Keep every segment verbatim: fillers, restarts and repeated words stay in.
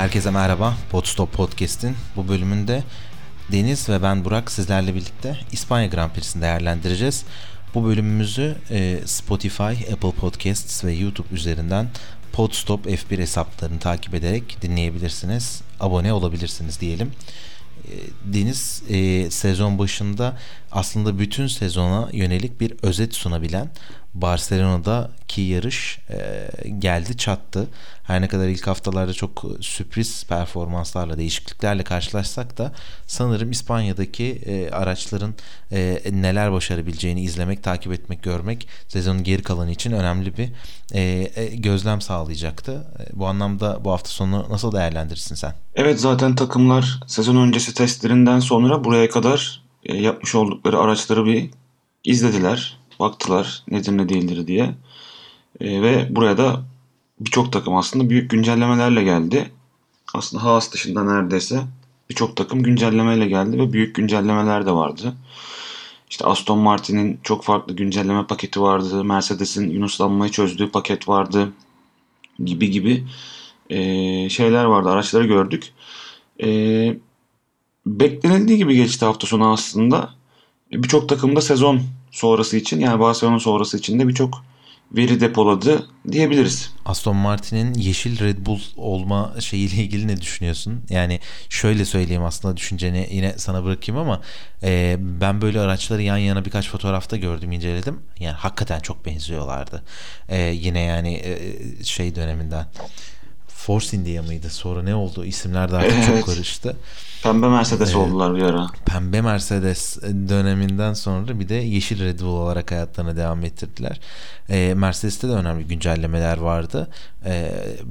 Herkese merhaba. Podstop Podcast'in bu bölümünde Deniz ve ben Burak sizlerle birlikte İspanya Grand Prix'sini değerlendireceğiz. Bu bölümümüzü e, Spotify, Apple Podcasts ve YouTube üzerinden Podstop F bir hesaplarını takip ederek dinleyebilirsiniz. Abone olabilirsiniz diyelim. Deniz e, sezon başında aslında bütün sezona yönelik bir özet sunabilen Barcelona'daki yarış e, geldi çattı. Her ne kadar ilk haftalarda çok sürpriz performanslarla, değişikliklerle karşılaşsak da sanırım İspanya'daki e, araçların e, neler başarabileceğini izlemek, takip etmek, görmek sezonun geri kalanı için önemli bir e, e, gözlem sağlayacaktı. E, bu anlamda bu hafta sonu nasıl değerlendirirsin sen? Evet, zaten takımlar sezon öncesi testlerinden sonra buraya kadar e, yapmış oldukları araçları bir izlediler. Baktılar nedir ne değildir diye. E, ve buraya da birçok takım aslında büyük güncellemelerle geldi. Aslında Haas dışında neredeyse birçok takım güncellemeyle geldi ve büyük güncellemeler de vardı. İşte Aston Martin'in çok farklı güncelleme paketi vardı. Mercedes'in yunuslanmayı çözdüğü paket vardı. Gibi gibi e, şeyler vardı. Araçları gördük. E, Beklenildiği gibi geçti hafta sonu aslında. Birçok takımda sezon sonrası için, yani Barcelona sonrası için de birçok veri depoladı diyebiliriz. Aston Martin'in yeşil Red Bull olma şeyiyle ilgili ne düşünüyorsun? Yani şöyle söyleyeyim, aslında düşünceni yine sana bırakayım ama e, ben böyle araçları yan yana birkaç fotoğrafta gördüm, inceledim. Yani hakikaten çok benziyorlardı. E, yine yani e, şey döneminden. Force India mıydı? Sonra ne oldu? İsimler de artık çok Evet. karıştı. Pembe Mercedes Ee, oldular bir ara. Pembe Mercedes döneminden sonra bir de yeşil Red Bull olarak hayatlarına devam ettirdiler. Ee, Mercedes'te de önemli güncellemeler vardı. Ee,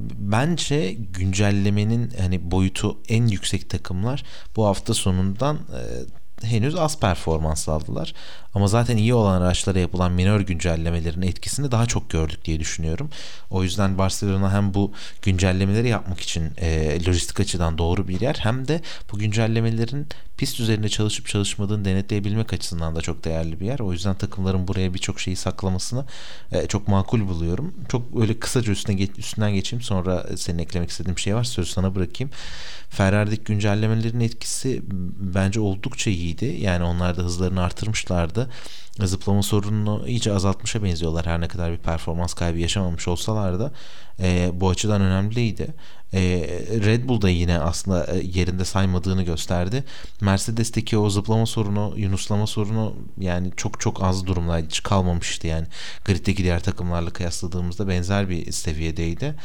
bence güncellemenin hani boyutu en yüksek takımlar bu hafta sonundan e, henüz az performans aldılar. Ama zaten iyi olan araçlara yapılan minör güncellemelerin etkisini daha çok gördük diye düşünüyorum. O yüzden Barcelona hem bu güncellemeleri yapmak için e, lojistik açıdan doğru bir yer, hem de bu güncellemelerin pist üzerinde çalışıp çalışmadığını denetleyebilmek açısından da çok değerli bir yer. O yüzden takımların buraya birçok şeyi saklamasını e, çok makul buluyorum. Çok öyle kısaca üstüne geç, üstünden geçeyim, sonra senin eklemek istediğin bir şey var, sözü sana bırakayım. Ferrari'deki güncellemelerin etkisi bence oldukça iyiydi. Yani onlar da hızlarını artırmışlardı. Zıplama sorununu iyice azaltmışa benziyorlar. Her ne kadar bir performans kaybı yaşamamış olsalar da e, bu açıdan önemliydi. E, Red Bull da yine aslında yerinde saymadığını gösterdi. Mercedes'teki o zıplama sorunu, yunuslama sorunu yani çok çok az durumdaydı. Hiç kalmamıştı yani. Grid'deki diğer takımlarla kıyasladığımızda benzer bir seviyedeydi.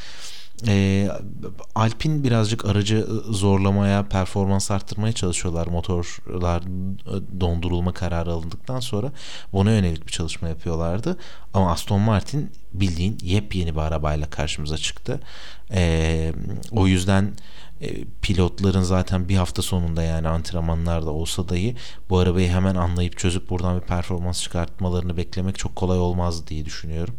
E, Alpine birazcık aracı zorlamaya, performans arttırmaya çalışıyorlar. Motorlar dondurulma kararı alındıktan sonra buna yönelik bir çalışma yapıyorlardı. Ama Aston Martin bildiğin yepyeni bir arabayla karşımıza çıktı. E, o yüzden e, pilotların zaten bir hafta sonunda, yani antrenmanlarda olsa dahi bu arabayı hemen anlayıp çözüp buradan bir performans çıkartmalarını beklemek çok kolay olmaz diye düşünüyorum.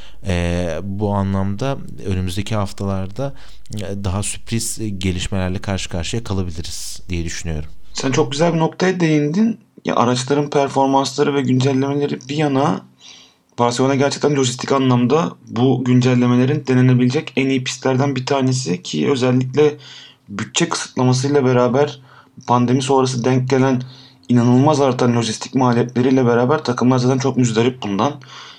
Ee, bu anlamda önümüzdeki haftalarda daha sürpriz gelişmelerle karşı karşıya kalabiliriz diye düşünüyorum. Sen çok güzel bir noktaya değindin. Ya, araçların performansları ve güncellemeleri bir yana, Barcelona gerçekten lojistik anlamda bu güncellemelerin denenebilecek en iyi pistlerden bir tanesi ki özellikle bütçe kısıtlamasıyla beraber pandemi sonrası denk gelen inanılmaz artan lojistik maliyetleriyle beraber takımlar zaten çok müzdarip bundan.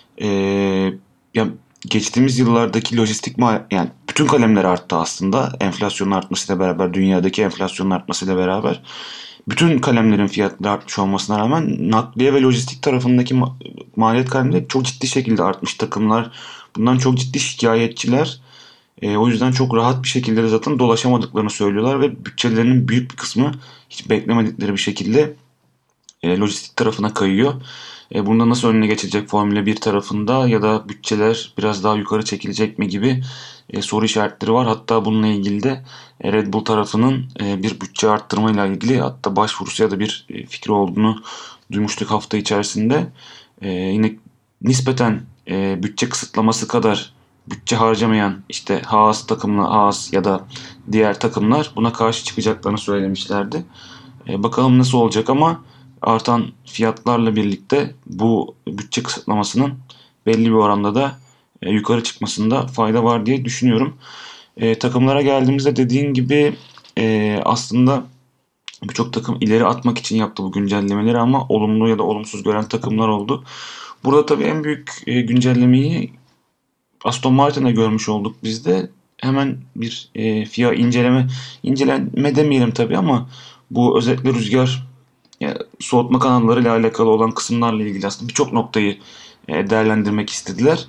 Ee, ya geçtiğimiz yıllardaki lojistik mal yani bütün kalemler arttı aslında, enflasyonun artmasıyla beraber, dünyadaki enflasyonun artmasıyla beraber bütün kalemlerin fiyatları artmış olmasına rağmen nakliye ve lojistik tarafındaki ma- maliyet kalemleri çok ciddi şekilde artmış. Takımlar bundan çok ciddi şikayetçiler. E, o yüzden çok rahat bir şekilde de zaten dolaşamadıklarını söylüyorlar ve bütçelerinin büyük bir kısmı hiç beklemedikleri bir şekilde e, lojistik tarafına kayıyor. E, bunda nasıl önüne geçilecek Formula bir tarafında, ya da bütçeler biraz daha yukarı çekilecek mi gibi e, soru işaretleri var. Hatta bununla ilgili de e, Red Bull tarafının e, bir bütçe arttırmayla ilgili hatta başvurusu ya da bir e, fikri olduğunu duymuştuk hafta içerisinde. E, yine nispeten e, bütçe kısıtlaması kadar bütçe harcamayan işte Haas takımına, Haas ya da diğer takımlar buna karşı çıkacaklarını söylemişlerdi. E, bakalım nasıl olacak, ama artan fiyatlarla birlikte bu bütçe kısıtlamasının belli bir oranda da e, yukarı çıkmasında fayda var diye düşünüyorum. E, takımlara geldiğimizde dediğin gibi e, aslında birçok takım ileri atmak için yaptı bu güncellemeleri ama olumlu ya da olumsuz gören takımlar oldu. Burada tabii en büyük e, güncellemeyi Aston Martin'e görmüş olduk biz de. Hemen bir e, F I A inceleme, inceleme demeyelim tabii ama bu özellikle rüzgar yani soğutma kanalları ile alakalı olan kısımlarla ilgili aslında birçok noktayı e, değerlendirmek istediler.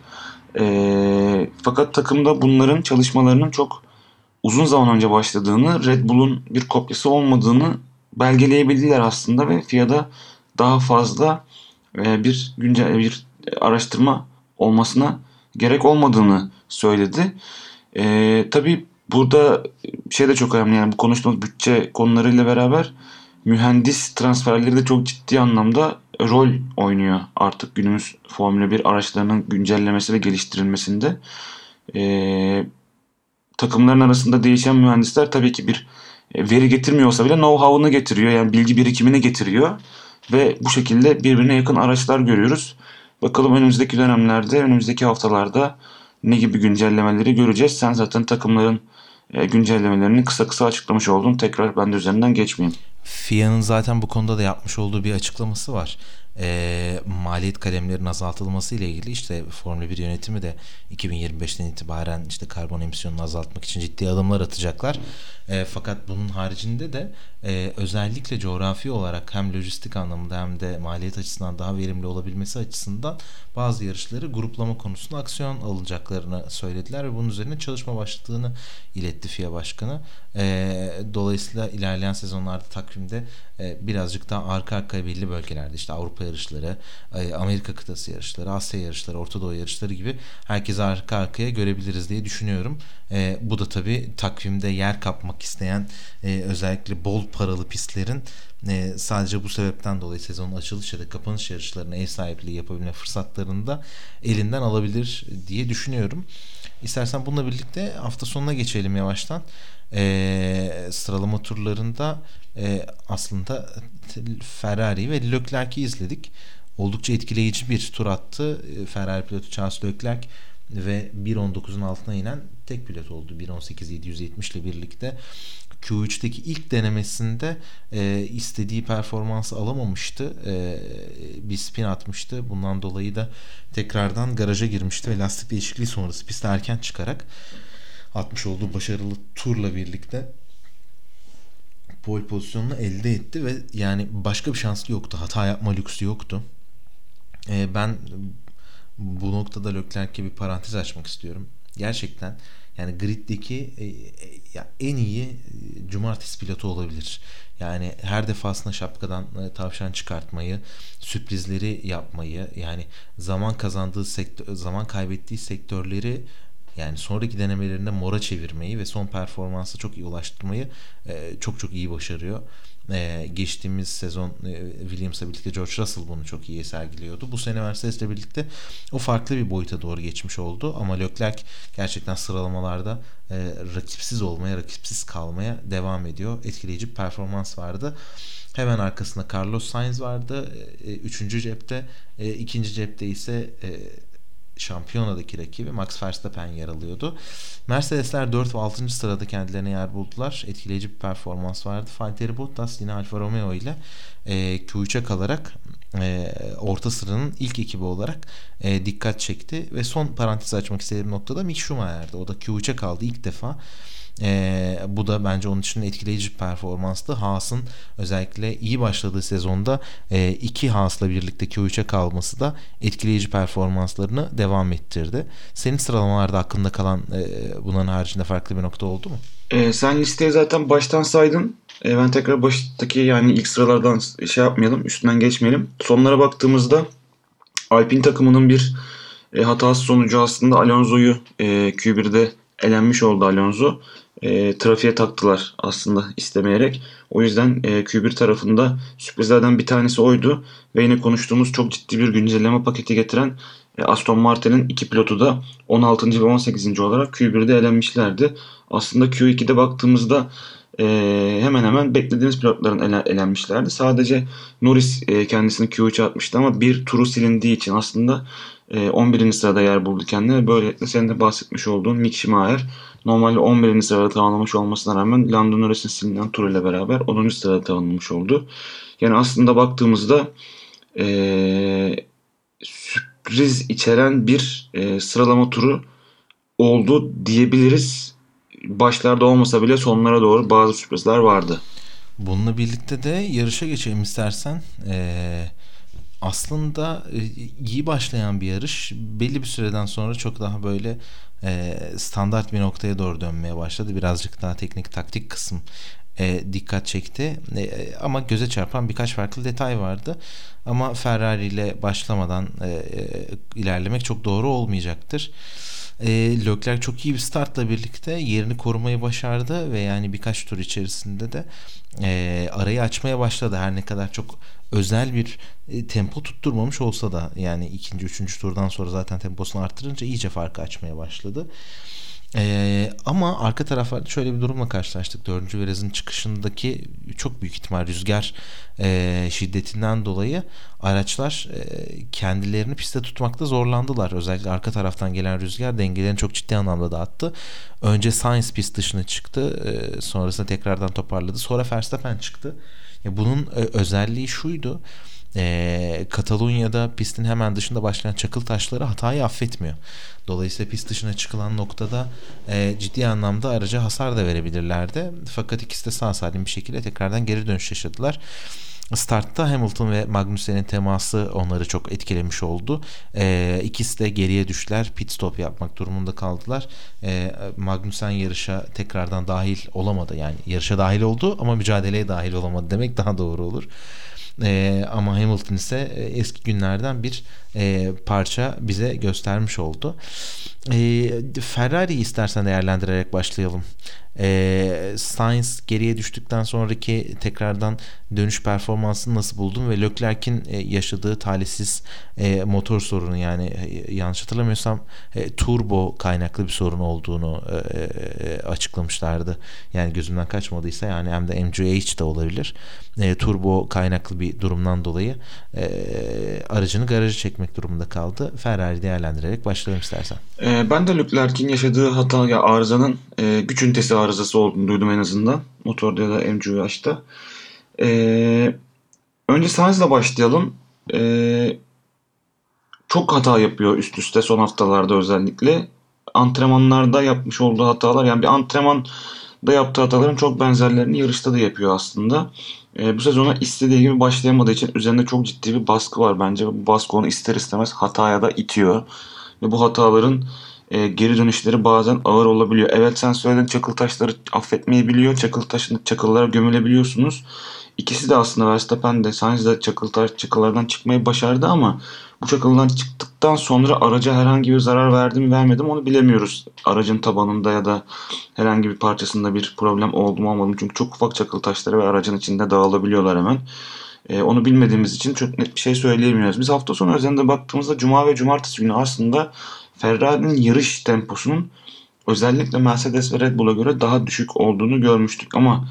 E, fakat takımda bunların çalışmalarının çok uzun zaman önce başladığını, Red Bull'un bir kopyası olmadığını belgeleyebildiler aslında ve F I A'da daha fazla e, bir güncel bir araştırma olmasına gerek olmadığını söyledi. E, tabii burada şey de çok önemli, yani bu konuştuğumuz bütçe konularıyla beraber mühendis transferleri de çok ciddi anlamda rol oynuyor artık günümüz Formula bir araçlarının güncellemesi ve geliştirilmesinde. E, takımların arasında değişen mühendisler tabii ki bir e, veri getirmiyorsa bile know-how'ını getiriyor. Yani bilgi birikimini getiriyor. Ve bu şekilde birbirine yakın araçlar görüyoruz. Bakalım önümüzdeki dönemlerde, önümüzdeki haftalarda ne gibi güncellemeleri göreceğiz. Sen zaten takımların e, güncellemelerini kısa kısa açıklamış oldun. Tekrar ben de üzerinden geçmeyeyim. F I A'nın zaten bu konuda da yapmış olduğu bir açıklaması var. E, maliyet kalemlerinin azaltılması ile ilgili işte Formula bir yönetimi de iki bin yirmi beşten itibaren işte karbon emisyonunu azaltmak için ciddi adımlar atacaklar. E, fakat bunun haricinde de e, özellikle coğrafi olarak hem lojistik anlamında hem de maliyet açısından daha verimli olabilmesi açısından bazı yarışları gruplama konusunda aksiyon alacaklarını söylediler ve bunun üzerine çalışma başladığını iletti F I A Başkanı. E, dolayısıyla ilerleyen sezonlarda takvimde e, birazcık daha arka arkaya belli bölgelerde işte Avrupa yarışları, e, Amerika kıtası yarışları, Asya yarışları, Orta Doğu yarışları gibi herkesi arka arkaya görebiliriz diye düşünüyorum. E, bu da tabii takvimde yer kapmak isteyen e, özellikle bol paralı pistlerin e, sadece bu sebepten dolayı sezonun açılış ya da kapanış yarışlarına ev sahipliği yapabilme fırsatlarını da elinden alabilir diye düşünüyorum. İstersen bununla birlikte hafta sonuna geçelim yavaştan. E, sıralama turlarında e, aslında Ferrari ve Leclerc'i izledik. Oldukça etkileyici bir tur attı. E, Ferrari pilotu Charles Leclerc ve bir on dokuzun altına inen tek pilot oldu. bir on sekiz yedi yüz yetmiş ile birlikte Q üç'teki ilk denemesinde e, istediği performansı alamamıştı. E, bir spin atmıştı. Bundan dolayı da tekrardan garaja girmişti ve lastik değişikliği sonrası piste erken çıkarak atmış olduğu başarılı turla birlikte pole pozisyonunu elde etti ve yani başka bir şansı yoktu. Hata yapma lüksü yoktu. E, ben bu noktada Leclerc'e bir parantez açmak istiyorum. Gerçekten yani griddeki e, e, ya en iyi e, cumartesi pilotu olabilir. Yani her defasında şapkadan e, tavşan çıkartmayı, sürprizleri yapmayı, yani zaman kazandığı sektör, zaman kaybettiği sektörleri yani sonraki denemelerinde mora çevirmeyi ve son performansa çok iyi ulaştırmayı e, çok çok iyi başarıyor. E, geçtiğimiz sezon e, Williams'la birlikte George Russell bunu çok iyi sergiliyordu. Bu sene Mercedes'le birlikte o farklı bir boyuta doğru geçmiş oldu. Ama Leclerc gerçekten sıralamalarda e, rakipsiz olmaya, rakipsiz kalmaya devam ediyor. Etkileyici bir performans vardı. Hemen arkasında Carlos Sainz vardı. E, üçüncü cepte. E, ikinci cepte ise e, şampiyonadaki rakibi Max Verstappen yer alıyordu. Mercedesler dört ve altıncı sırada kendilerine yer buldular. Etkileyici bir performans vardı. Valtteri Bottas yine Alfa Romeo ile e, Q üç'e kalarak e, orta sıranın ilk ekibi olarak e, dikkat çekti ve son parantez açmak istediğim noktada Mick Schumacher'di. O da Q üç'e kaldı ilk defa. Ee, bu da bence onun için etkileyici bir performanstı. Haas'ın özellikle iyi başladığı sezonda e, iki Haas'la birlikte Q üç'e kalması da etkileyici performanslarını devam ettirdi. Senin sıralamalarda aklında kalan e, bunların haricinde farklı bir nokta oldu mu? E, sen listeyi zaten baştan saydın. E, ben tekrar baştaki yani ilk sıralardan şey yapmayalım, üstünden geçmeyelim. Sonlara baktığımızda Alpine takımının bir e, hatası sonucu aslında Alonso'yu e, Q bir'de elenmiş oldu Alonso. E, trafiğe taktılar aslında istemeyerek. O yüzden e, Q bir tarafında sürprizlerden bir tanesi oydu. Ve yine konuştuğumuz çok ciddi bir güncelleme paketi getiren e, Aston Martin'in iki pilotu da on altıncı ve on sekizinci olarak Q bir'de elenmişlerdi. Aslında Q iki'de baktığımızda e, hemen hemen beklediğimiz pilotların ele, elenmişlerdi. Sadece Norris e, kendisini Q üç'e atmıştı ama bir turu silindiği için aslında e, on birinci sırada yer buldu kendine. Böylelikle senin de bahsetmiş olduğun Mick Schumacher normalde on birinci sırada tamamlamış olmasına rağmen Lando Norris'in silinen tur ile beraber onuncu sırada tamamlamış oldu. Yani aslında baktığımızda e, sürpriz içeren bir e, sıralama turu oldu diyebiliriz. Başlarda olmasa bile sonlara doğru bazı sürprizler vardı. Bununla birlikte de yarışa geçelim istersen. Ee, aslında iyi başlayan bir yarış belli bir süreden sonra çok daha böyle e, standart bir noktaya doğru dönmeye başladı. Birazcık daha teknik taktik kısım e, dikkat çekti. E, ama göze çarpan birkaç farklı detay vardı. Ama Ferrari ile başlamadan e, e, ilerlemek çok doğru olmayacaktır. E, Leclerc çok iyi bir startla birlikte yerini korumayı başardı ve yani birkaç tur içerisinde de e, arayı açmaya başladı. Her ne kadar çok özel bir e, tempo tutturmamış olsa da yani ikinci, üçüncü turdan sonra zaten temposunu arttırınca iyice farkı açmaya başladı. Ee, ama arka taraflarda şöyle bir durumla karşılaştık. Dördüncü virajın çıkışındaki çok büyük ihtimal rüzgar e, şiddetinden dolayı araçlar e, kendilerini pistte tutmakta zorlandılar. Özellikle arka taraftan gelen rüzgar dengelerini çok ciddi anlamda dağıttı. Önce Sainz pist dışına çıktı. E, sonrasında tekrardan toparladı. Sonra Verstappen çıktı. Ya bunun e, özelliği şuydu. E, Katalonya'da pistin hemen dışında başlayan çakıl taşları hatayı affetmiyor. Dolayısıyla pist dışına çıkılan noktada e, ciddi anlamda araca hasar da verebilirlerdi. Fakat ikisi de sağ salim bir şekilde tekrardan geri dönüş yaşadılar. Startta Hamilton ve Magnussen'in teması onları çok etkilemiş oldu. E, ikisi de geriye düştüler. Pit stop yapmak durumunda kaldılar. E, Magnussen yarışa tekrardan dahil olamadı. Yani yarışa dahil oldu ama mücadeleye dahil olamadı demek daha doğru olur. Ee, ama Hamilton ise eski günlerden bir e, parça bize göstermiş oldu. E, Ferrari'yi istersen değerlendirerek başlayalım. E, Sainz geriye düştükten sonraki tekrardan dönüş performansını nasıl buldun ve Leclerc'in e, yaşadığı talihsiz e, motor sorunu yani e, yanlış hatırlamıyorsam e, turbo kaynaklı bir sorun olduğunu e, e, açıklamışlardı. Yani gözümden kaçmadıysa yani hem de M G H de olabilir. E, turbo kaynaklı bir durumdan dolayı e, aracını garaja çekmek durumunda kaldı. Ferrari değerlendirerek başlayalım istersen. E, ben de Leclerc'in yaşadığı hata ya arızanın e, güç ünitesi arızası olduğunu duydum en azından. Motorda ya da M G H'ta. E, önce Sainz'la başlayalım. E, çok hata yapıyor üst üste son haftalarda özellikle. Antrenmanlarda yapmış olduğu hatalar yani bir antrenmanda yaptığı hataların çok benzerlerini yarışta da yapıyor aslında. E, bu sezona istediği gibi başlayamadığı için üzerinde çok ciddi bir baskı var bence. Bu baskı onu ister istemez hataya da itiyor. Ve bu hataların e, geri dönüşleri bazen ağır olabiliyor. Evet sen söyledin çakıl taşları affetmeyebiliyor. Çakıl taşını çakıllara gömülebiliyorsunuz. İkisi de aslında Verstappen de Sainz de çakıl taş çakıllardan çıkmayı başardı ama bu çakıldan çıktıktan sonra araca herhangi bir zarar verdi mi vermedi mi onu bilemiyoruz. Aracın tabanında ya da herhangi bir parçasında bir problem oldu mu olmadı mı? Çünkü çok ufak çakıl taşları ve aracın içinde dağılabiliyorlar hemen. Ee, onu bilmediğimiz için çok net bir şey söyleyemiyoruz. Biz hafta sonu özelinde baktığımızda Cuma ve Cumartesi günü aslında Ferrari'nin yarış temposunun özellikle Mercedes ve Red Bull'a göre daha düşük olduğunu görmüştük. Ama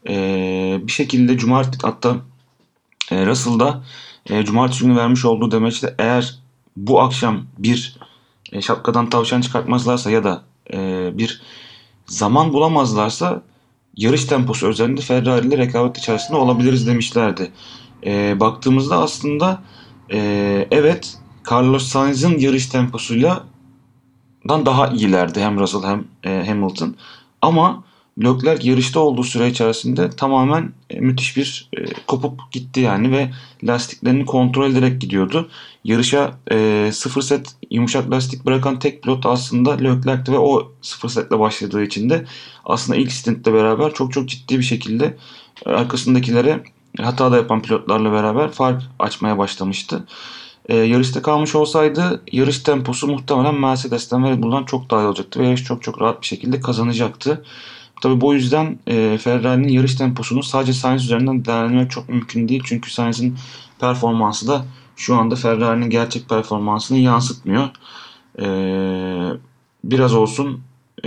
e, bir şekilde Cumartesi hatta e, Russell'da e, Cumartesi günü vermiş olduğu demeçte eğer bu akşam bir e, şapkadan tavşan çıkartmazlarsa ya da e, bir zaman bulamazlarsa yarış temposu özelinde Ferrari ile rekabet içerisinde olabiliriz demişlerdi. E, baktığımızda aslında e, evet Carlos Sainz'in yarış temposuyla dan daha iyilerdi hem Russell hem e, Hamilton. Ama Leclerc yarışta olduğu süre içerisinde tamamen e, müthiş bir e, kopup gitti yani ve lastiklerini kontrol ederek gidiyordu. Yarışa e, sıfır set yumuşak lastik bırakan tek pilot aslında Leclerc'ti ve o sıfır setle başladığı için de aslında ilk stintle beraber çok çok ciddi bir şekilde e, arkasındakilere hata da yapan pilotlarla beraber fark açmaya başlamıştı. E, yarışta kalmış olsaydı yarış temposu muhtemelen Mercedes'ten ve Red Bull'dan çok daha iyi olacaktı ve yarış çok çok rahat bir şekilde kazanacaktı. Tabii bu yüzden e, Ferrari'nin yarış temposunu sadece Sainz üzerinden değerlendirmek çok mümkün değil. Çünkü Sainz'in performansı da şu anda Ferrari'nin gerçek performansını yansıtmıyor. E, biraz olsun e,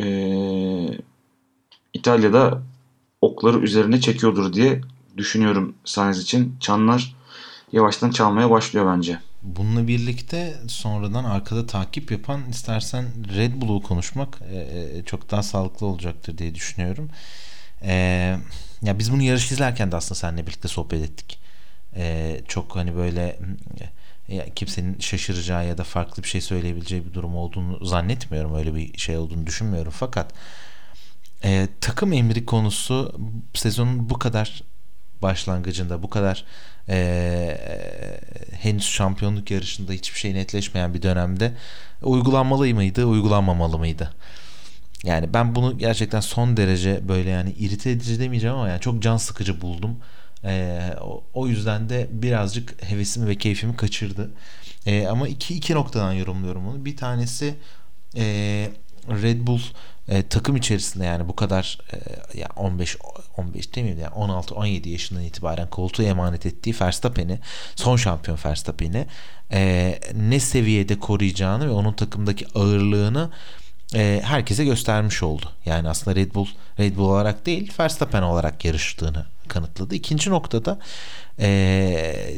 İtalya'da okları üzerine çekiyordur diye düşünüyorum Sainz için. Çanlar yavaştan çalmaya başlıyor bence. bununla birlikte sonradan arkada takip yapan, istersen Red Bull'u konuşmak e, çok daha sağlıklı olacaktır diye düşünüyorum. E, ya biz bunu yarış izlerken de aslında seninle birlikte sohbet ettik. E, çok hani böyle ya kimsenin şaşıracağı ya da farklı bir şey söyleyebileceği bir durum olduğunu zannetmiyorum. Öyle bir şey olduğunu düşünmüyorum. Fakat e, takım emri konusu sezonun bu kadar başlangıcında, bu kadar e, henüz şampiyonluk yarışında hiçbir şey netleşmeyen bir dönemde uygulanmalı mıydı, uygulanmamalı mıydı? Yani ben bunu gerçekten son derece böyle, yani irite edici demeyeceğim ama yani çok can sıkıcı buldum. Ee, o, o yüzden de birazcık hevesimi ve keyfimi kaçırdı. Ee, ama iki iki noktadan yorumluyorum onu. Bir tanesi e, Red Bull e, takım içerisinde, yani bu kadar e, ya on beş on beş demeyeyim, yani on altı on yedi yaşından itibaren koltuğu emanet ettiği Verstappen'i, son şampiyon Verstappen'i e, ne seviyede koruyacağını ve onun takımdaki ağırlığını e, herkese göstermiş oldu. Yani aslında Red Bull Red Bull olarak değil, Verstappen olarak yarıştığını kanıtladı. İkinci noktada e,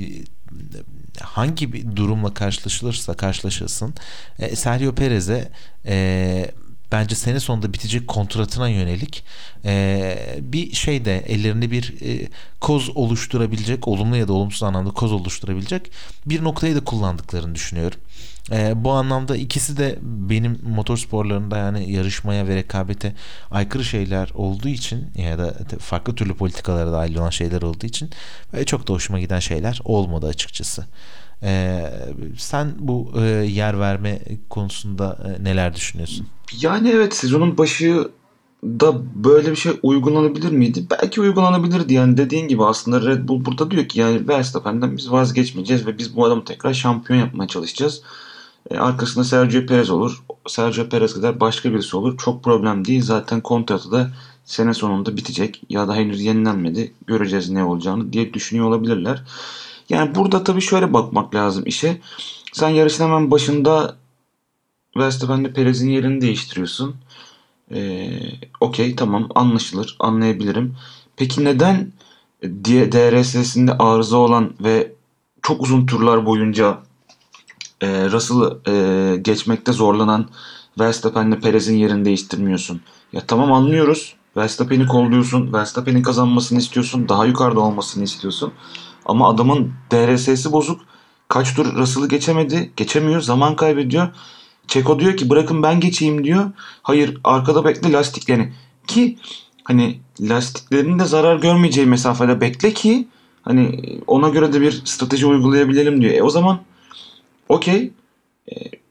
hangi bir durumla karşılaşılırsa karşılaşılsın e, Sergio Perez'e e, bence sene sonunda bitecek kontratına yönelik e, bir şeyde ellerinde bir e, koz oluşturabilecek, olumlu ya da olumsuz anlamda koz oluşturabilecek bir noktayı da kullandıklarını düşünüyorum. E, bu anlamda ikisi de benim motorsporlarında, yani yarışmaya ve rekabete aykırı şeyler olduğu için ya da farklı türlü politikalara dahil olan şeyler olduğu için e, çok da hoşuma giden şeyler olmadı açıkçası. E, sen bu e, yer verme konusunda e, neler düşünüyorsun? Yani evet, sezonun başı da böyle bir şey uygulanabilir miydi? Belki uygulanabilirdi. Yani dediğin gibi aslında Red Bull burada diyor ki yani Verstappen'den biz vazgeçmeyeceğiz ve biz bu adamı tekrar şampiyon yapmaya çalışacağız. E, arkasında Sergio Perez olur. Sergio Perez kadar başka birisi olur. Çok problem değil. Zaten kontratı da sene sonunda bitecek. Ya da henüz yenilenmedi. Göreceğiz ne olacağını diye düşünüyor olabilirler. Yani burada tabii şöyle bakmak lazım işe. Sen yarışın hemen başında Verstappen'le Perez'in yerini değiştiriyorsun. Ee, Okey, tamam, anlaşılır, anlayabilirim. Peki neden D R S'sinde arıza olan ve çok uzun turlar boyunca e, Russell'ı e, geçmekte zorlanan Verstappen'le Perez'in yerini değiştirmiyorsun? Ya tamam, anlıyoruz. Verstappen'i kolluyorsun. Verstappen'in kazanmasını istiyorsun. Daha yukarıda olmasını istiyorsun. Ama adamın D R S'si bozuk. Kaç tur Russell'ı geçemedi. Geçemiyor. Zaman kaybediyor. Çeko diyor ki bırakın ben geçeyim diyor. Hayır, arkada bekle lastiklerini. Ki hani lastiklerinin de zarar görmeyeceği mesafede bekle ki hani ona göre de bir strateji uygulayabilelim diyor. E o zaman okey, e,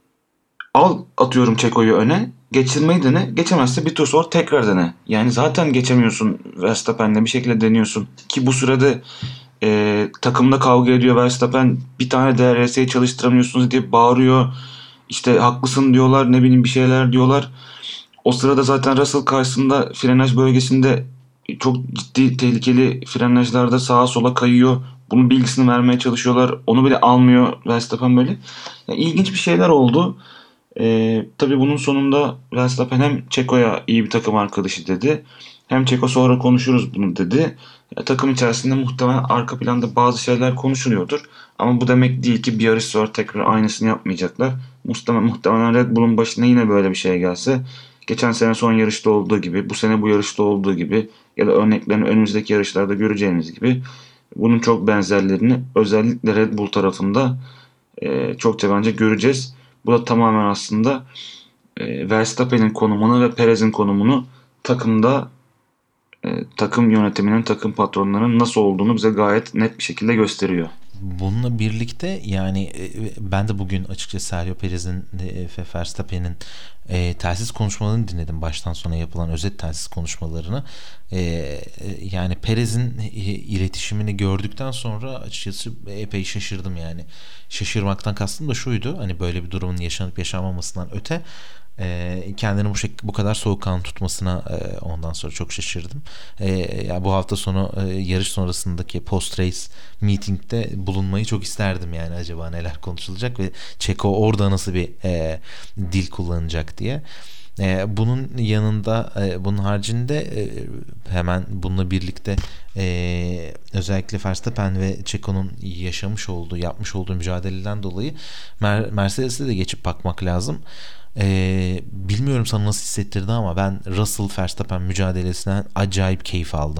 al atıyorum Çeko'yu öne. Geçirmeyi dene. Geçemezse bir tur sonra tekrar dene. Yani zaten geçemiyorsun Verstappen'le, bir şekilde deniyorsun. Ki bu sürede e, takımda kavga ediyor Verstappen. Bir tane D R S'yi çalıştıramıyorsunuz diye bağırıyor. İşte haklısın diyorlar, ne bileyim bir şeyler diyorlar. O sırada zaten Russell karşısında frenaj bölgesinde çok ciddi tehlikeli frenajlarda sağa sola kayıyor. Bunun bilgisini vermeye çalışıyorlar. Onu bile almıyor Verstappen böyle. Yani ilginç bir şeyler oldu. Ee, tabii bunun sonunda Verstappen hem Çeko'ya iyi bir takım arkadaşı dedi. Hem Çeko sonra konuşuruz bunu dedi. Ya, takım içerisinde muhtemelen arka planda bazı şeyler konuşuluyordur. Ama bu demek değil ki bir yarış sonra tekrar aynısını yapmayacaklar. Muhtemelen, muhtemelen Red Bull'un başına yine böyle bir şey gelse, geçen sene son yarışta olduğu gibi, bu sene bu yarışta olduğu gibi ya da örneklerini önümüzdeki yarışlarda göreceğimiz gibi bunun çok benzerlerini özellikle Red Bull tarafında e, çokça bence göreceğiz. Bu da tamamen aslında e, Verstappen'in konumunu ve Perez'in konumunu takımda e, takım yönetiminin, takım patronlarının nasıl olduğunu bize gayet net bir şekilde gösteriyor. Bununla birlikte yani ben de bugün açıkçası Sergio Perez'in ve Verstappen'in e, telsiz konuşmalarını dinledim. Baştan sona yapılan özet telsiz konuşmalarını. E, yani Perez'in iletişimini gördükten sonra açıkçası epey şaşırdım yani. Şaşırmaktan kastım da şuydu. Hani böyle bir durumun yaşanıp yaşanmamasından öte E, kendini bu şek- bu kadar soğukkanlı tutmasına e, ondan sonra çok şaşırdım. E, ya bu hafta sonu e, yarış sonrasındaki post race meetingde bulunmayı çok isterdim yani, acaba neler konuşulacak ve Çeko orada nasıl bir e, dil kullanacak diye. E, bunun yanında e, bunun haricinde e, hemen bununla birlikte e, özellikle Verstappen ve Checo'nun yaşamış olduğu, yapmış olduğu mücadeleden dolayı Mer- Mercedes'e de geçip bakmak lazım. Ee, bilmiyorum sana nasıl hissettirdi ama ben Russell Verstappen mücadelesinden acayip keyif aldım.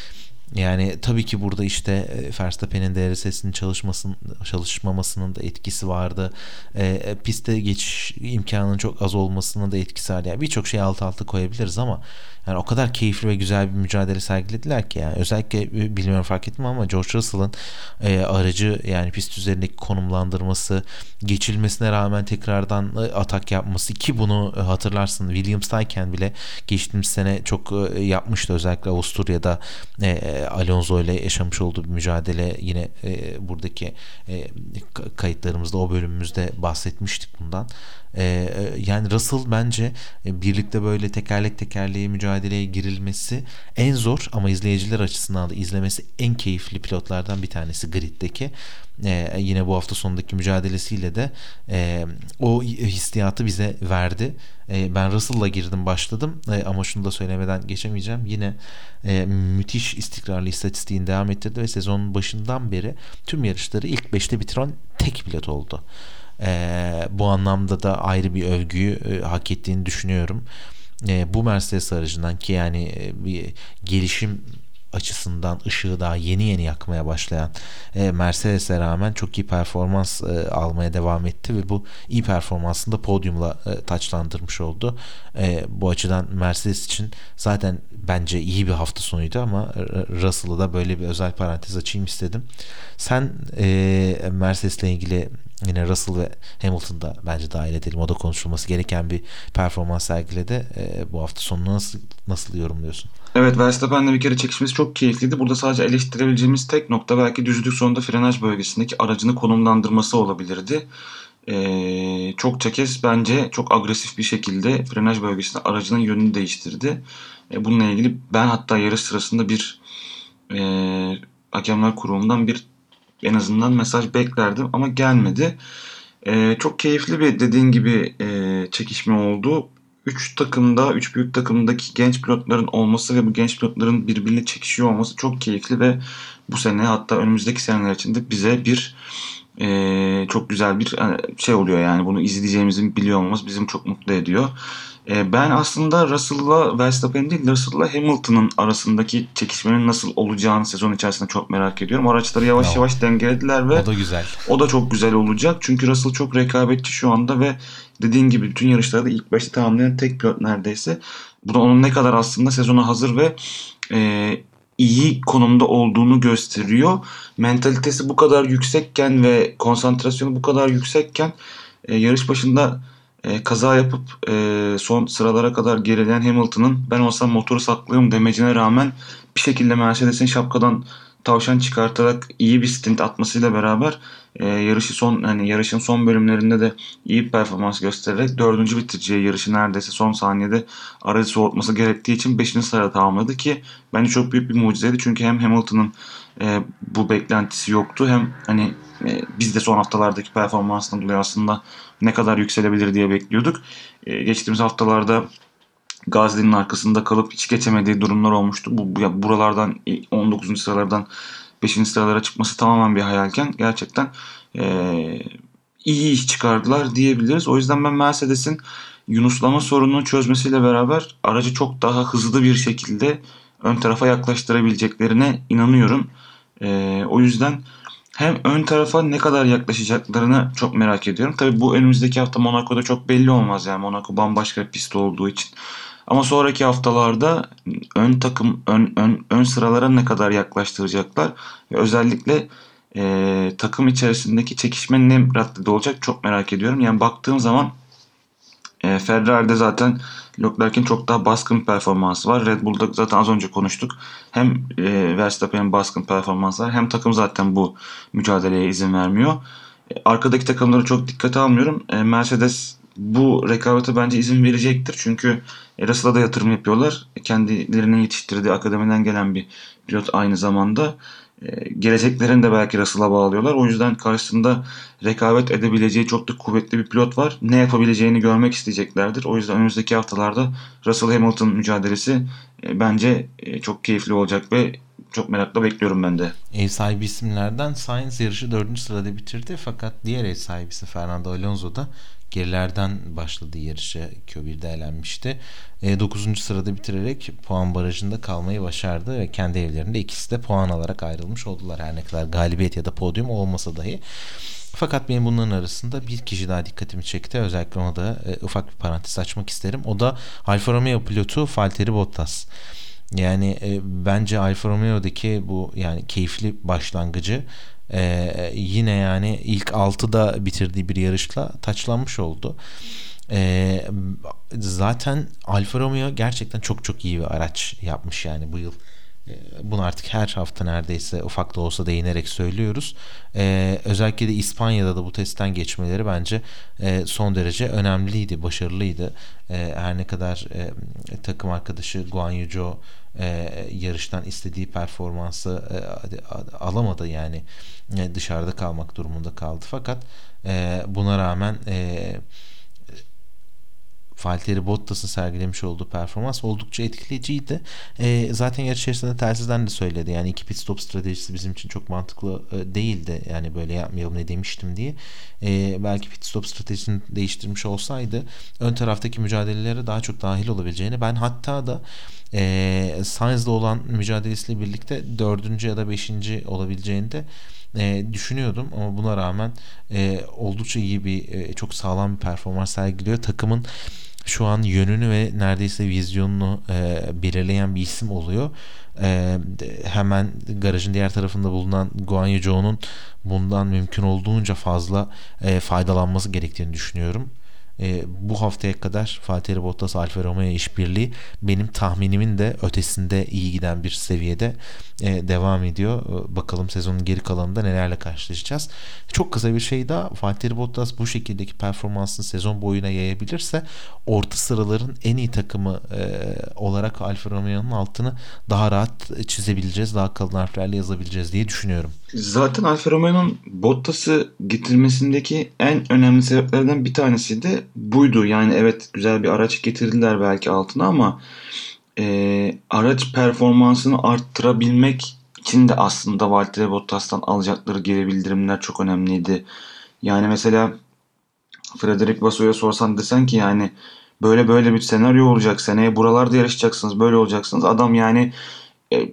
Yani tabii ki burada işte e, Verstappen'in D R S'sinin çalışmasının çalışmamasının da etkisi vardı. E, piste geçiş imkanının çok az olmasının da etkisi var. Yani birçok şeyi alt alta koyabiliriz ama yani o kadar keyifli ve güzel bir mücadele sergilediler ki yani özellikle e, bilmiyorum fark ettim ama George Russell'ın e, aracı yani pist üzerindeki konumlandırması, geçilmesine rağmen tekrardan e, atak yapması ki bunu e, hatırlarsın Williams'tayken bile geçtiğimiz sene çok e, yapmıştı özellikle Avusturya'da e, Alonso ile yaşamış olduğu bir mücadele yine e, buradaki e, kayıtlarımızda o bölümümüzde bahsetmiştik bundan. E, yani Russell bence e, birlikte böyle tekerlek tekerleğe mücadeleye girilmesi en zor ama izleyiciler açısından da izlemesi en keyifli pilotlardan bir tanesi griddeki. E, yine bu hafta sonundaki mücadelesiyle de e, o hissiyatı bize verdi. E, ben Russell'la girdim başladım e, ama şunu da söylemeden geçemeyeceğim. Yine e, müthiş istikrarlı istatistiğini devam ettirdi ve sezonun başından beri tüm yarışları ilk beşte bitiren tek pilot oldu. E, bu anlamda da ayrı bir övgüyü e, hak ettiğini düşünüyorum. E, bu Mercedes aracından ki yani e, bir gelişim açısından ışığı daha yeni yeni yakmaya başlayan e, Mercedes'e rağmen çok iyi performans e, almaya devam etti ve bu iyi performansını da podyumla e, taçlandırmış oldu. E, bu açıdan Mercedes için zaten bence iyi bir hafta sonuydu ama Russell'ı da böyle bir özel parantez açayım istedim. Sen e, Mercedes'le ilgili yine Russell ve Hamilton'da bence dahil edelim. O da konuşulması gereken bir performans sergiledi. E, bu hafta sonunu nasıl nasıl yorumluyorsun? Evet, Verstappen'le bir kere çekişmesi çok keyifliydi. Burada sadece eleştirebileceğimiz tek nokta belki düzlük sonunda frenaj bölgesindeki aracını konumlandırması olabilirdi. Ee, çokça kez bence çok agresif bir şekilde frenaj bölgesinde aracının yönünü değiştirdi. Ee, bununla ilgili ben hatta yarış sırasında bir e, hakemler kurulundan bir en azından mesaj beklerdim ama gelmedi. Ee, çok keyifli bir dediğin gibi e, çekişme oldu. Üç takımda, üç büyük takımdaki genç pilotların olması ve bu genç pilotların birbirine çekişiyor olması çok keyifli ve bu sene hatta önümüzdeki seneler içinde bize bir e, çok güzel bir şey oluyor yani bunu izleyeceğimizi biliyor olmamız bizim çok mutlu ediyor. E, ben aslında Russell'la Verstappen değil Russell'la Hamilton'ın arasındaki çekişmenin nasıl olacağını sezon içerisinde çok merak ediyorum. Araçları yavaş No. yavaş dengelediler ve o da güzel. O da çok güzel olacak. Çünkü Russell çok rekabetçi şu anda ve dediğin gibi bütün yarışlarda ilk beşte tamamlayan tek pilot neredeyse. Bu da onun ne kadar aslında sezona hazır ve e, iyi konumda olduğunu gösteriyor. Mentalitesi bu kadar yüksekken ve konsantrasyonu bu kadar yüksekken e, yarış başında e, kaza yapıp e, son sıralara kadar gerileyen Hamilton'ın ben olsam motoru saklıyorum demecine rağmen bir şekilde Mercedes'in şapkadan tavşan çıkartarak iyi bir stint atmasıyla beraber e, yarışı son hani yarışın son bölümlerinde de iyi bir performans göstererek dördüncü bitireceği yarışı neredeyse son saniyede aracı soğutması gerektiği için beşinci sırada tamamladı ki bence çok büyük bir mucizeydi. Çünkü hem Hamilton'ın e, bu beklentisi yoktu hem hani e, biz de son haftalardaki performansından dolayı aslında ne kadar yükselebilir diye bekliyorduk. E, geçtiğimiz haftalarda Gasly'nin arkasında kalıp hiç geçemediği durumlar olmuştu. Bu, bu buralardan on dokuzuncu sıralardan beşinci sıralara çıkması tamamen bir hayalken gerçekten e, iyi iş çıkardılar diyebiliriz. O yüzden ben Mercedes'in yunuslama sorununu çözmesiyle beraber aracı çok daha hızlı bir şekilde ön tarafa yaklaştırabileceklerine inanıyorum. E, o yüzden hem ön tarafa ne kadar yaklaşacaklarını çok merak ediyorum. Tabii bu önümüzdeki hafta Monaco'da çok belli olmaz yani Monaco bambaşka bir pist olduğu için. Ama sonraki haftalarda ön takım ön ön ön sıralara ne kadar yaklaştıracaklar ve özellikle e, takım içerisindeki çekişme ne raddede olacak çok merak ediyorum. Yani baktığım zaman e, Ferrari'de zaten Leclerc'in çok daha baskın performansı var. Red Bull'da zaten az önce konuştuk. Hem e, Verstappen'in baskın performansı var hem takım zaten bu mücadeleye izin vermiyor. E, arkadaki takımları çok dikkate almıyorum. E, Mercedes bu rekabete bence izin verecektir. Çünkü Russell'a da yatırım yapıyorlar. Kendilerinin yetiştirdiği akademiden gelen bir pilot aynı zamanda. E, geleceklerini de belki Russell'a bağlıyorlar. O yüzden karşısında rekabet edebileceği çok da kuvvetli bir pilot var. Ne yapabileceğini görmek isteyeceklerdir. O yüzden önümüzdeki haftalarda Russell Hamilton mücadelesi e, bence e, çok keyifli olacak ve çok merakla bekliyorum ben de. Ev sahibi isimlerden Sainz yarışı dördüncü sırada bitirdi, fakat diğer ev sahibisi Fernando Alonso da gerilerden başladığı yarışı Q birde elenmişti. E, dokuzuncu sırada bitirerek puan barajında kalmayı başardı ve kendi evlerinde ikisi de puan alarak ayrılmış oldular. Her ne kadar galibiyet ya da podyum olmasa dahi. Fakat benim bunların arasında bir kişi daha dikkatimi çekti. Özellikle ona da e, ufak bir parantez açmak isterim. O da Alfa Romeo pilotu Valtteri Bottas. Yani e, bence Alfa Romeo'daki bu yani keyifli başlangıcı e, yine yani ilk altıda bitirdiği bir yarışla taçlanmış oldu. E, zaten Alfa Romeo gerçekten çok çok iyi bir araç yapmış yani bu yıl. Bunu artık her hafta neredeyse ufak da olsa değinerek söylüyoruz. Ee, özellikle de İspanya'da da bu testten geçmeleri bence e, son derece önemliydi, başarılıydı. E, her ne kadar e, takım arkadaşı Guan Yu Zhou e, yarıştan istediği performansı e, alamadı yani e, dışarıda kalmak durumunda kaldı. Fakat e, buna rağmen e, Valtteri Bottas'ın sergilemiş olduğu performans oldukça etkileyiciydi. E, zaten yarış içerisinde telsizden de söyledi. Yani iki pit stop stratejisi bizim için çok mantıklı e, değildi. Yani böyle yapmayalım ne demiştim diye. E, belki pit stop stratejisini değiştirmiş olsaydı ön taraftaki mücadelelere daha çok dahil olabileceğini, ben hatta da e, Sainz'la olan mücadelesiyle birlikte dördüncü ya da beşinci olabileceğini de e, düşünüyordum, ama buna rağmen e, oldukça iyi bir e, çok sağlam bir performans sergiliyor. Takımın şu an yönünü ve neredeyse vizyonunu e, belirleyen bir isim oluyor. E, hemen garajın diğer tarafında bulunan Guan Yu Zhou'nun bundan mümkün olduğunca fazla e, faydalanması gerektiğini düşünüyorum. E, bu haftaya kadar Valtteri Bottas Alfa Romeo işbirliği benim tahminimin de ötesinde iyi giden bir seviyede e, devam ediyor. E, bakalım sezonun geri kalanında nelerle karşılaşacağız. Çok kısa bir şey daha. Valtteri Bottas bu şekildeki performansını sezon boyuna yayabilirse orta sıraların en iyi takımı e, olarak Alfa Romeo'nun altını daha rahat çizebileceğiz. Daha kalın harflerle yazabileceğiz diye düşünüyorum. Zaten Alfa Romeo'nun Bottas'ı getirmesindeki en önemli sebeplerden bir tanesi de buydu. Yani evet, güzel bir araç getirdiler belki altına, ama e, araç performansını arttırabilmek için de aslında Valtteri Bottas'tan alacakları geri bildirimler çok önemliydi. Yani mesela Frederic Vasso'ya sorsan, desen ki yani böyle böyle bir senaryo olacak, seneye buralarda yarışacaksınız, böyle olacaksınız. Adam yani e,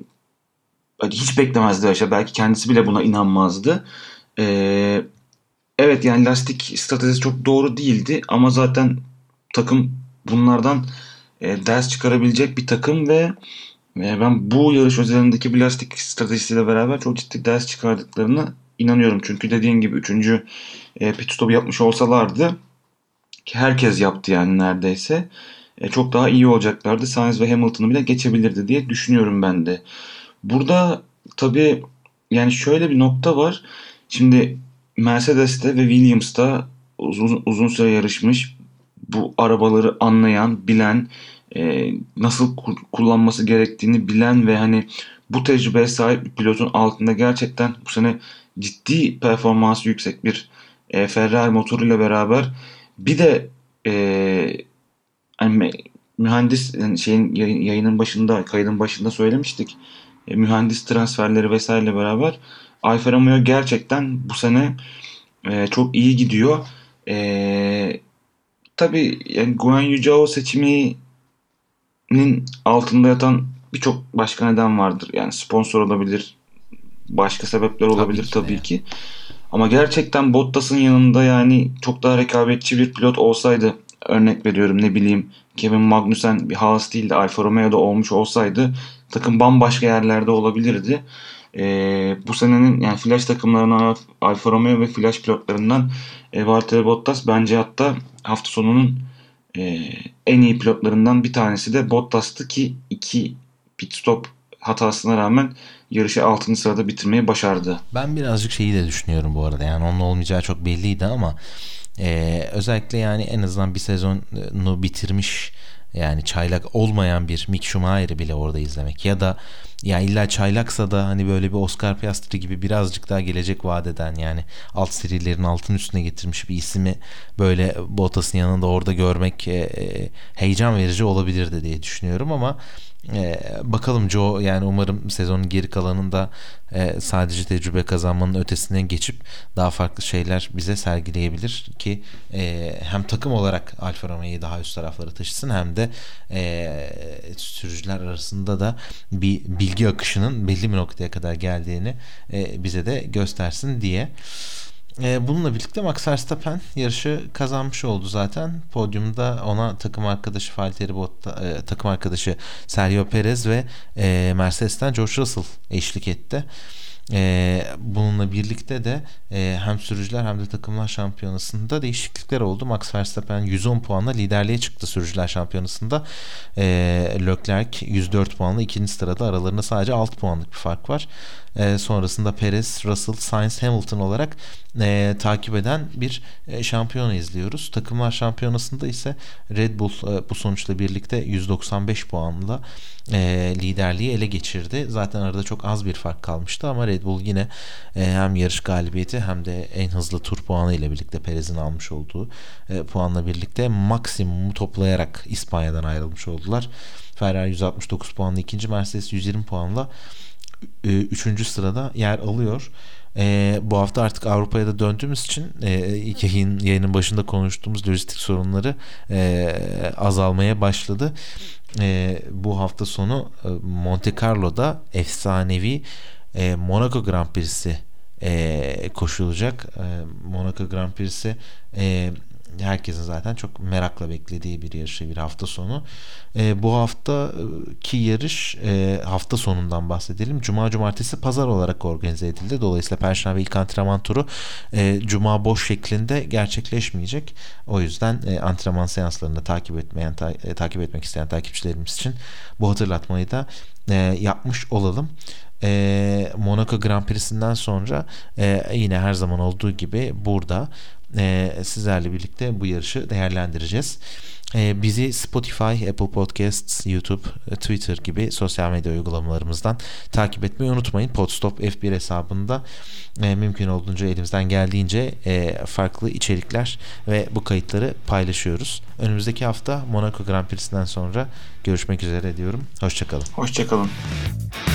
hiç beklemezdi aşağı. Belki kendisi bile buna inanmazdı. Ee, evet yani lastik stratejisi çok doğru değildi, ama zaten takım bunlardan e, ders çıkarabilecek bir takım ve e, ben bu yarış özelindeki bir lastik stratejisiyle beraber çok ciddi ders çıkardıklarına inanıyorum. Çünkü dediğin gibi üçüncü e, pit stop yapmış olsalardı, ki herkes yaptı yani neredeyse, e, çok daha iyi olacaklardı. Sainz ve Hamilton'ı bile geçebilirdi diye düşünüyorum ben de. Burada tabii yani şöyle bir nokta var. Şimdi Mercedes'te ve Williams'ta uzun, uzun süre yarışmış, bu arabaları anlayan, bilen, e, nasıl kullanması gerektiğini bilen ve hani bu tecrübeye sahip bir pilotun altında gerçekten bu sene ciddi performansı yüksek bir e, Ferrari motoruyla beraber bir de e, hani mühendis, yani şeyin yayının başında, kaydın başında söylemiştik. E, mühendis transferleri vesaireyle beraber Alfa Romeo gerçekten bu sene e, çok iyi gidiyor. E, tabii yani Guan Yu Zhou seçiminin altında yatan birçok başka neden vardır. Yani sponsor olabilir, başka sebepler olabilir tabii, tabii ki. Ama gerçekten Bottas'ın yanında yani çok daha rekabetçi bir pilot olsaydı, örnek veriyorum ne bileyim Kevin Magnussen bir Haas değil de Alfa Romeo'da olmuş olsaydı, takım bambaşka yerlerde olabilirdi. Ee, bu senenin yani flash takımlarından Alfa Romeo ve flash pilotlarından e, Valtteri Bottas bence hatta hafta sonunun e, en iyi pilotlarından bir tanesi de Bottas'tı, ki iki pit stop hatasına rağmen yarışı altıncı sırada bitirmeyi başardı. Ben birazcık şeyi de düşünüyorum bu arada. Yani onun olmayacağı çok belliydi, ama e, özellikle yani en azından bir sezonu bitirmiş, yani çaylak olmayan bir Mick Schumacher'ı bile orada izlemek ya da ya illa çaylaksa da hani böyle bir Oscar Piastri gibi birazcık daha gelecek vaat eden, yani alt serilerin altın üstüne getirmiş bir ismi böyle Bottas'ın yanında orada görmek e, heyecan verici olabilirdi diye düşünüyorum ama Ee, bakalım Joe, yani umarım sezonun geri kalanında e, sadece tecrübe kazanmanın ötesine geçip daha farklı şeyler bize sergileyebilir ki e, hem takım olarak Alfa Romeo'yu daha üst taraflara taşısın hem de e, sürücüler arasında da bir bilgi akışının belli bir noktaya kadar geldiğini e, bize de göstersin diye. Bununla birlikte Max Verstappen yarışı kazanmış oldu zaten. Podyumda ona takım arkadaşı Valtteri Bottas, e, takım arkadaşı Sergio Perez ve e, Mercedes'ten George Russell eşlik etti. E, bununla birlikte de e, hem sürücüler hem de takımlar şampiyonasında değişiklikler oldu. Max Verstappen yüz on puanla liderliğe çıktı sürücüler şampiyonasında. E, Leclerc yüz dört puanla ikinci sırada, aralarında sadece altı puanlık bir fark var. E, sonrasında Perez, Russell, Sainz, Hamilton olarak e, takip eden bir e, şampiyona izliyoruz. Takımlar şampiyonasında ise Red Bull e, bu sonuçla birlikte yüz doksan beş puanla e, liderliği ele geçirdi. Zaten arada çok az bir fark kalmıştı ama Red Bull yine e, hem yarış galibiyeti hem de en hızlı tur puanı ile birlikte Perez'in almış olduğu e, puanla birlikte maksimumu toplayarak İspanya'dan ayrılmış oldular. Ferrari yüz altmış dokuz puanla ikinci, Mercedes yüz yirmi puanla üçüncü sırada yer alıyor. E, bu hafta artık Avrupa'ya da döndüğümüz için e, ilk yayın, yayının başında konuştuğumuz lojistik sorunları e, azalmaya başladı. E, bu hafta sonu e, Monte Carlo'da efsanevi e, Monaco Grand Prix'si e, koşulacak. E, Monaco Grand Prix'si e, herkesin zaten çok merakla beklediği bir yarış, bir hafta sonu. E, bu haftaki yarış, e, hafta sonundan bahsedelim. Cuma, cumartesi, pazar olarak organize edildi. Dolayısıyla Perşembe ilk antrenman turu e, Cuma boş şeklinde gerçekleşmeyecek. O yüzden e, antrenman seanslarını takip etmeyen, ta, e, takip etmek isteyen takipçilerimiz için bu hatırlatmayı da e, yapmış olalım. E, Monaco Grand Prix'sinden sonra e, yine her zaman olduğu gibi burada e, sizlerle birlikte bu yarışı değerlendireceğiz. E, bizi Spotify, Apple Podcasts, YouTube, Twitter gibi sosyal medya uygulamalarımızdan takip etmeyi unutmayın. Podstop F bir hesabında e, mümkün olduğunca, elimizden geldiğince e, farklı içerikler ve bu kayıtları paylaşıyoruz. Önümüzdeki hafta Monaco Grand Prix'sinden sonra görüşmek üzere diyorum. Hoşçakalın. Hoşçakalın.